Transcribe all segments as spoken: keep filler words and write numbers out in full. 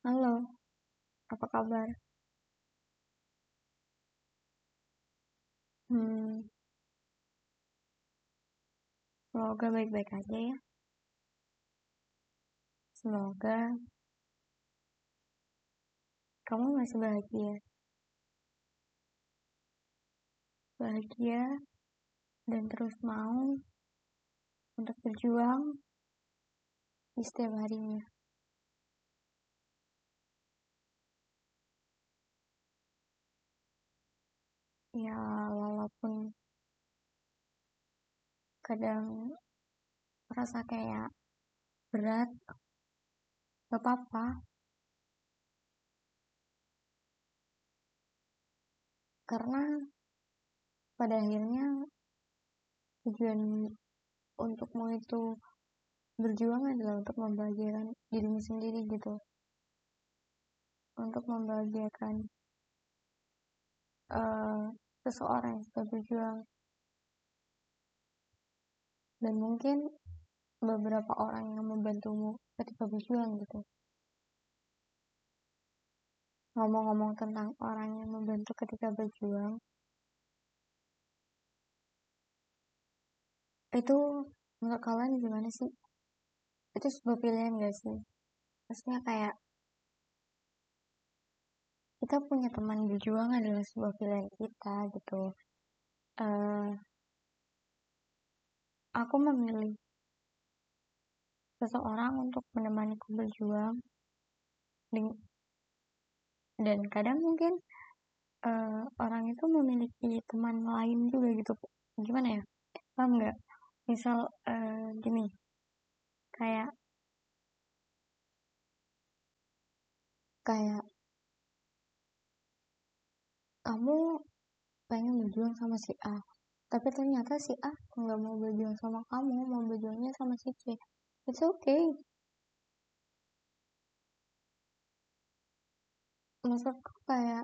Halo, apa kabar? Hmm, Semoga baik-baik aja ya. Semoga kamu masih bahagia. Bahagia dan terus mau untuk berjuang di setiap harinya. Ya, walaupun kadang merasa kayak berat, gak apa-apa. Karena pada akhirnya tujuan untukmu itu berjuang adalah untuk membahagiakan dirimu sendiri gitu. Untuk membahagiakan uh, seseorang yang sudah berjuang. Dan mungkin beberapa orang yang membantumu ketika berjuang gitu. Ngomong-ngomong tentang orang yang membantu ketika berjuang, itu menurut kalian gimana sih? Itu sebuah pilihan gak sih? Maksudnya kayak kita punya teman berjuang adalah sebuah pilihan kita gitu. Uh, aku memilih seseorang untuk menemaniku berjuang, dan kadang mungkin uh, orang itu memiliki teman lain juga gitu. Gimana ya? Paham nggak? Misal uh, gini, kayak kayak kamu pengen berjuang sama si A, tapi ternyata si A nggak mau berjuang sama kamu, mau berjuangnya sama si C. It's okay. Maksudku kayak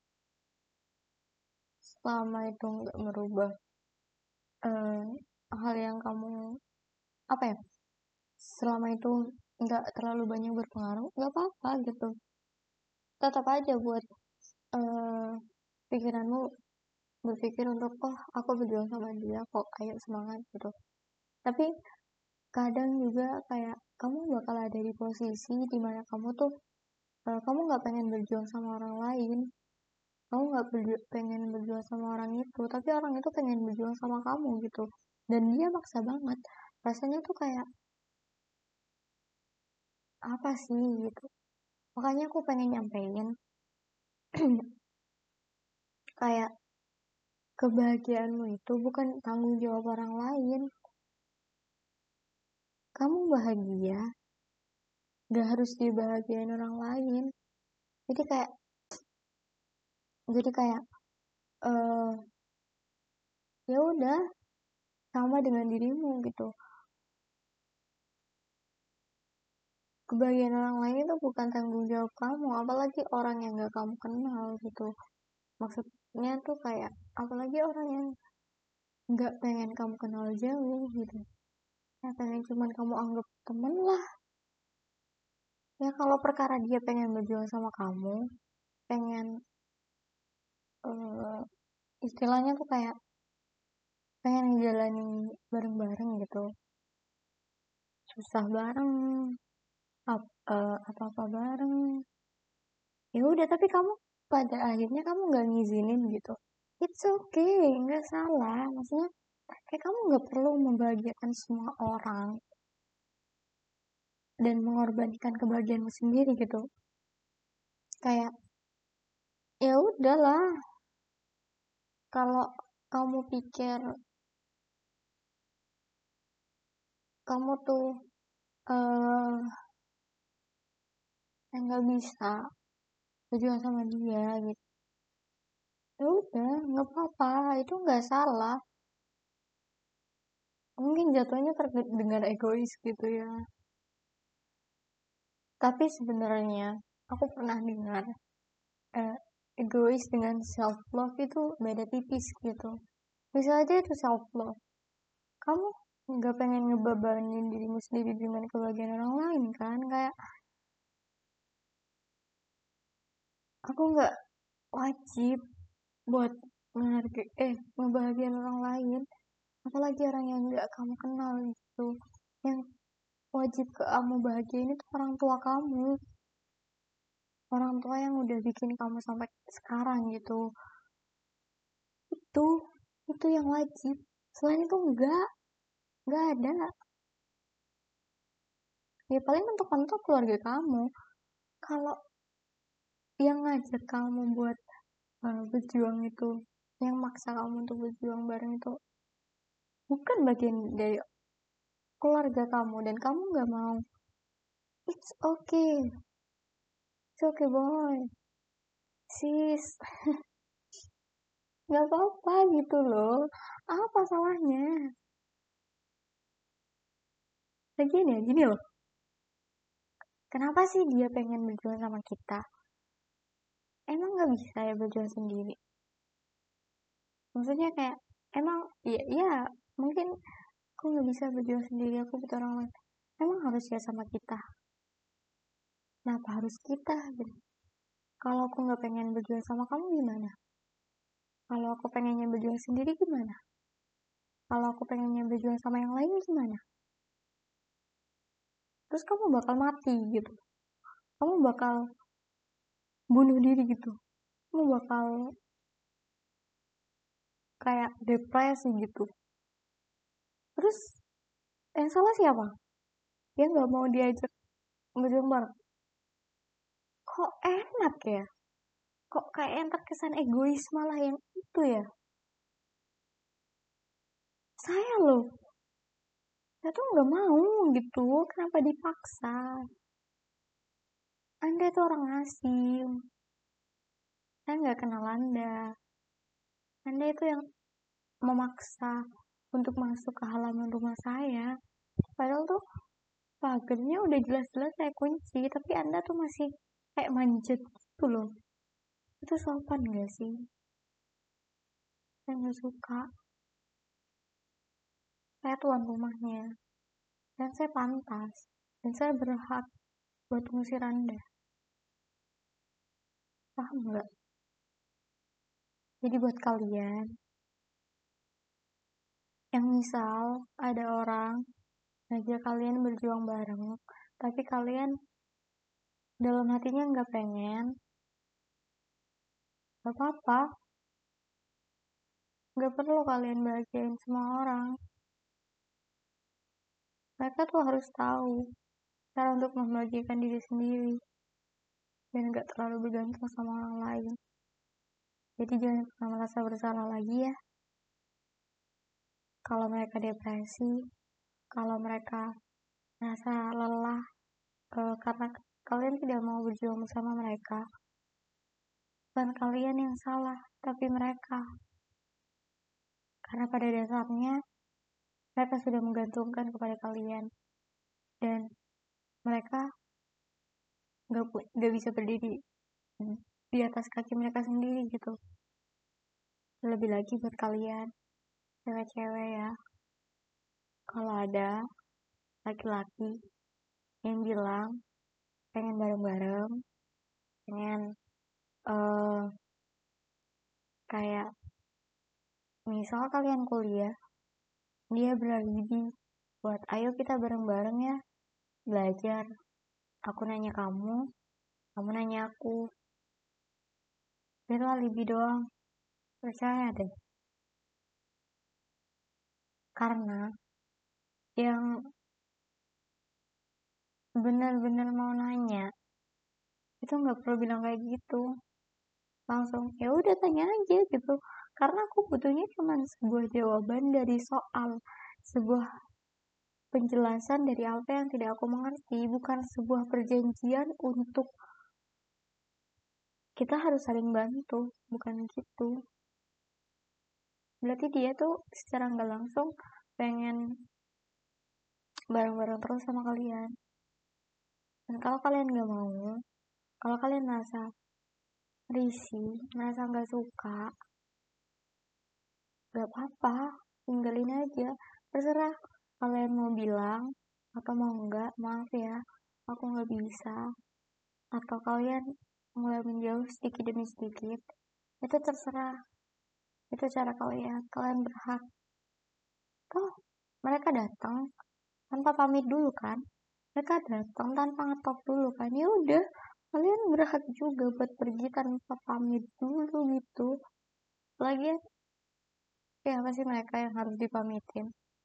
selama itu nggak merubah uh, hal yang kamu apa ya, selama itu nggak terlalu banyak berpengaruh, nggak apa-apa gitu. Tetap aja buat uh, pikiranmu berpikir untuk oh aku berjuang sama dia kok, ayo semangat gitu. Tapi kadang juga kayak kamu bakal ada di posisi dimana kamu tuh uh, kamu nggak pengen berjuang sama orang lain, kamu nggak berju- pengen berjuang sama orang itu, tapi orang itu pengen berjuang sama kamu gitu, dan dia maksa banget. Rasanya tuh kayak apa sih gitu. Makanya aku pengen nyampein kayak kebahagiaanmu itu bukan tanggung jawab orang lain. Kamu bahagia gak harus dibahagiain orang lain. Jadi kayak jadi kayak uh, ya udah, sama dengan dirimu gitu. Kebahagiaan orang lain itu bukan tanggung jawab kamu, apalagi orang yang gak kamu kenal gitu. Maksudnya tuh kayak apalagi orang yang gak pengen kamu kenal jauh gitu, ya pengen cuman kamu anggap temen lah. Ya kalau perkara dia pengen berjuang sama kamu, pengen uh, istilahnya tuh kayak pengen ngejalanin bareng-bareng gitu, susah bareng, ap, uh, apa-apa bareng, ya udah. Tapi kamu pada akhirnya kamu nggak ngizinin gitu, it's okay, nggak salah. Maksudnya kayak kamu nggak perlu membahagiakan semua orang dan mengorbankan kebahagiaanmu sendiri gitu. Kayak ya udahlah, kalau kamu pikir kamu tuh uh, yang nggak bisa berjuang sama dia gitu, ya udah nggak apa-apa, itu nggak salah. Mungkin jatuhnya terdengar egois gitu ya, tapi sebenarnya aku pernah dengar eh, egois dengan self love itu beda tipis gitu. Bisa aja itu self love, kamu nggak pengen ngebebanin dirimu sendiri dengan kebahagiaan orang lain kan. Kayak Aku nggak wajib buat menghargai eh ngebahagiain orang lain, apalagi orang yang nggak kamu kenal gitu. Yang wajib ke kamu bahagiain itu orang tua kamu, orang tua yang udah bikin kamu sampai sekarang gitu. Itu itu yang wajib. Selain itu enggak, enggak ada. Ya paling mentok-mentok keluarga kamu. Kalau yang ngajak kamu buat uh, berjuang itu, yang maksa kamu untuk berjuang bareng itu bukan bagian dari keluarga kamu dan kamu nggak mau, it's okay, it's okay boy, sis, nggak apa-apa gitu loh. Apa salahnya? Lagi ya gini loh, kenapa sih dia pengen berjuang sama kita? Emang nggak bisa ya berjuang sendiri? Maksudnya kayak emang ya ya mungkin aku nggak bisa berjuang sendiri, aku butuh orang lain. Emang harus ya sama kita? Kenapa harus kita gitu? Kalau aku nggak pengen berjuang sama kamu gimana? Kalau aku pengennya berjuang sendiri gimana? Kalau aku pengennya berjuang sama yang lain gimana? Terus kamu bakal mati gitu. Kamu bakal bunuh diri gitu. Kamu bakal kayak depresi gitu. Terus yang salah siapa? Dia nggak mau diajak berjuang bareng. Kok enak ya? Kok kayak yang terkesan egois malah yang itu ya? Saya loh, saya tuh nggak mau gitu. Kenapa dipaksa? Anda itu orang asing. Saya nggak kenal Anda. Anda itu yang memaksa untuk masuk ke halaman rumah saya. Padahal tuh pagernya udah jelas-jelas saya kunci, tapi Anda tuh masih kayak manjat gitu loh. Itu sopan gak sih? Saya nggak suka. Saya tuan rumahnya. Dan saya pantas. Dan saya berhak buat ngusir Anda. Paham nggak? Jadi buat kalian yang misal ada orang ngajak kalian berjuang bareng, tapi kalian dalam hatinya nggak pengen, nggak apa-apa. Nggak perlu kalian bahagiain semua orang. Mereka tuh harus tahu cara untuk membahagiakan diri sendiri dan nggak terlalu bergantung sama orang lain. Jadi jangan pernah merasa bersalah lagi ya. Kalau mereka depresi, kalau mereka merasa lelah eh, karena kalian tidak mau berjuang bersama mereka, bukan kalian yang salah, tapi mereka. Karena pada dasarnya mereka sudah menggantungkan kepada kalian dan mereka nggak nggak bisa berdiri di atas kaki mereka sendiri gitu. Lebih lagi buat kalian cewek-cewek ya, kalau ada laki-laki yang bilang pengen bareng-bareng, pengen uh, kayak misal kalian kuliah, dia beralibi buat ayo kita bareng-bareng ya belajar, aku nanya kamu, kamu nanya aku. Itu alibi doang, percaya deh. Karena yang benar-benar mau nanya itu nggak perlu bilang kayak gitu, langsung ya udah tanya aja gitu. Karena aku butuhnya cuma sebuah jawaban dari soal, sebuah penjelasan dari apa yang tidak aku mengerti, bukan sebuah perjanjian untuk kita harus saling bantu, bukan gitu. Berarti dia tuh secara nggak langsung pengen bareng-bareng terus sama kalian. Dan kalau kalian nggak mau, kalau kalian merasa risih, merasa nggak suka, nggak apa-apa, tinggalin aja. Terserah kalian mau bilang atau mau enggak, maaf ya, aku nggak bisa. Atau kalian mulai menjauh sedikit demi sedikit, itu terserah. Itu cara kalian. Kalian berhak. Toh, mereka datang tanpa pamit dulu kan? Mereka datang tanpa ngetok dulu kan? Ya udah, kalian berhak juga buat pergi tanpa pamit dulu gitu. Lagian, ya apa sih mereka yang harus dipamitin?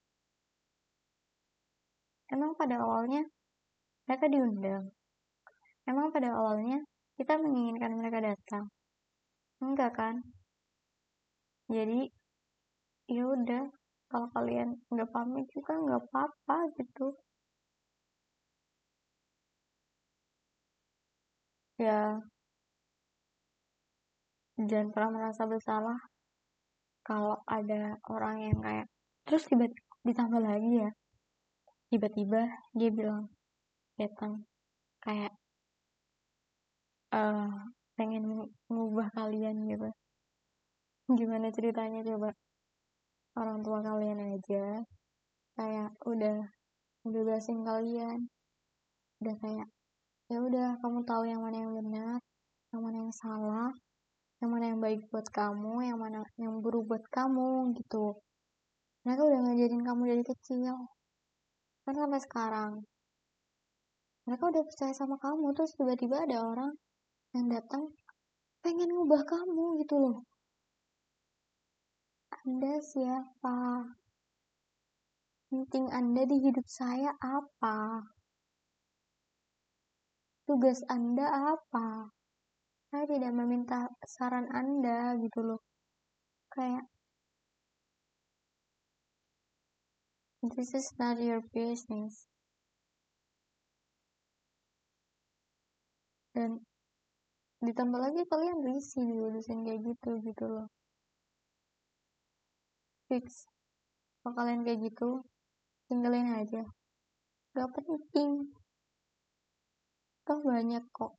Emang pada awalnya mereka diundang. Emang pada awalnya kita menginginkan mereka datang. Enggak kan? Jadi ya udah, kalau kalian nggak pamit juga nggak apa-apa gitu. Ya jangan pernah merasa bersalah kalau ada orang yang kayak terus tiba ditambah lagi ya, tiba-tiba dia bilang datang kayak eh pengen ngubah kalian gitu. Gimana ceritanya coba? Orang tua kalian aja kayak udah bebasin kalian, udah kayak ya udah kamu tahu yang mana yang benar, yang mana yang salah, yang mana yang baik buat kamu, yang mana yang buruk buat kamu gitu. Mereka udah ngajarin kamu dari kecil kan sampai sekarang. Mereka udah percaya sama kamu, terus tiba-tiba ada orang yang datang pengen ngubah kamu gitu loh. Anda siapa? Penting Anda di hidup saya apa? Tugas Anda apa? Saya tidak meminta saran Anda gitu loh. Kayak this is not your business. Dan ditambah lagi kalian risih diurusin kayak gitu gitu loh. Fix. Kalau kalian kayak gitu, tinggalin aja. Gak penting. Toh banyak kok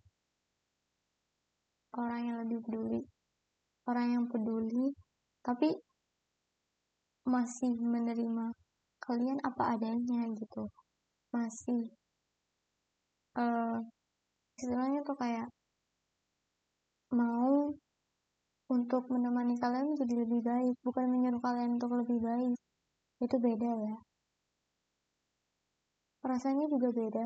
orang yang lebih peduli. Orang yang peduli, tapi masih menerima kalian apa adanya gitu. Masih, uh, istilahnya tuh kayak mau untuk menemani kalian menjadi lebih baik, bukan menyuruh kalian untuk lebih baik. Itu beda ya. Rasanya juga beda.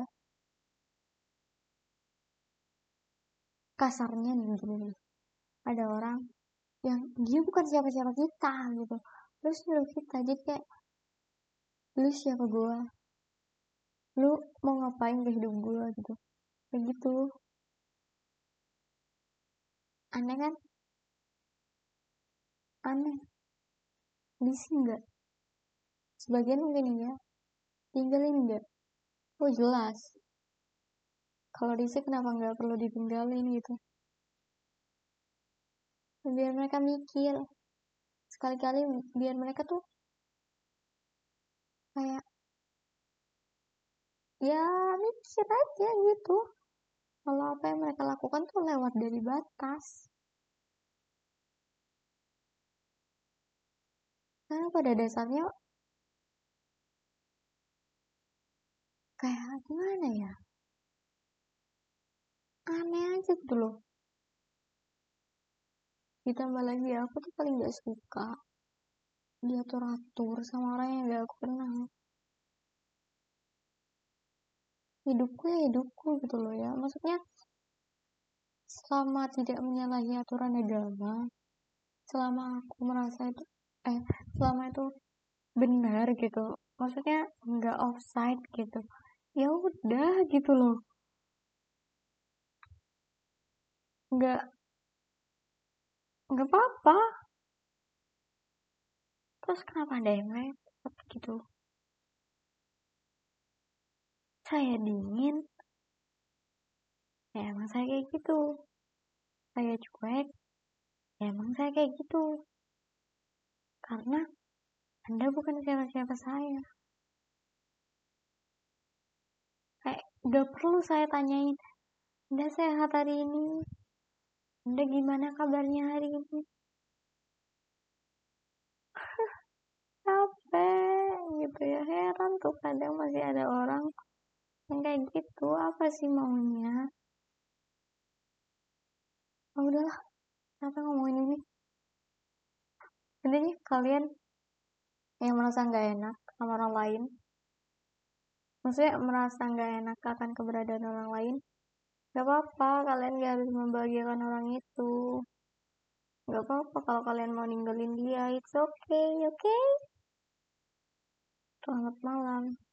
Kasarnya nih gini, ada orang yang dia bukan siapa-siapa kita gitu, terus nyuruh kita, jadi kayak lu siapa gua, lu mau ngapain ke hidup gua gitu, kayak gitu. Aneh kan? Aneh. Risih nggak? Sebagian mungkin iya, tinggalin nggak? Oh jelas. Kalau risih kenapa nggak perlu ditinggalin gitu? Biar mereka mikir. Sekali-kali biar mereka tuh kayak ya mikir aja gitu. Kalau apa yang mereka lakukan tuh lewat dari batas. Karena pada dasarnya kayak gimana ya? Aneh aja gitu loh. Ditambah lagi aku tuh paling gak suka diatur-atur sama orang yang gak aku kenal. Hidupku ya hidupku gitu loh ya. Maksudnya selama tidak menyalahi aturan agama, selama aku merasa itu eh selama itu benar gitu, maksudnya nggak offside gitu, ya udah gitu loh. nggak nggak apa-apa. Terus kenapa ada yang repot gitu? Saya dingin ya emang saya kayak gitu. Saya cuek ya emang saya kayak gitu. Karena Anda bukan siapa-siapa saya. Kayak gak perlu saya tanyain Anda sehat hari ini, Anda gimana kabarnya hari ini. Capek gitu ya. Heran tuh kadang masih ada orang yang kayak gitu. Apa sih maunya? udahlah, kenapa ngomongin ini. Intinya kalian yang merasa nggak enak sama orang lain, maksudnya merasa nggak enak akan keberadaan orang lain, nggak apa-apa, kalian gak harus membahagiakan orang itu. Nggak apa-apa kalau kalian mau ninggalin dia, it's okay, oke? Okay? Selamat malam.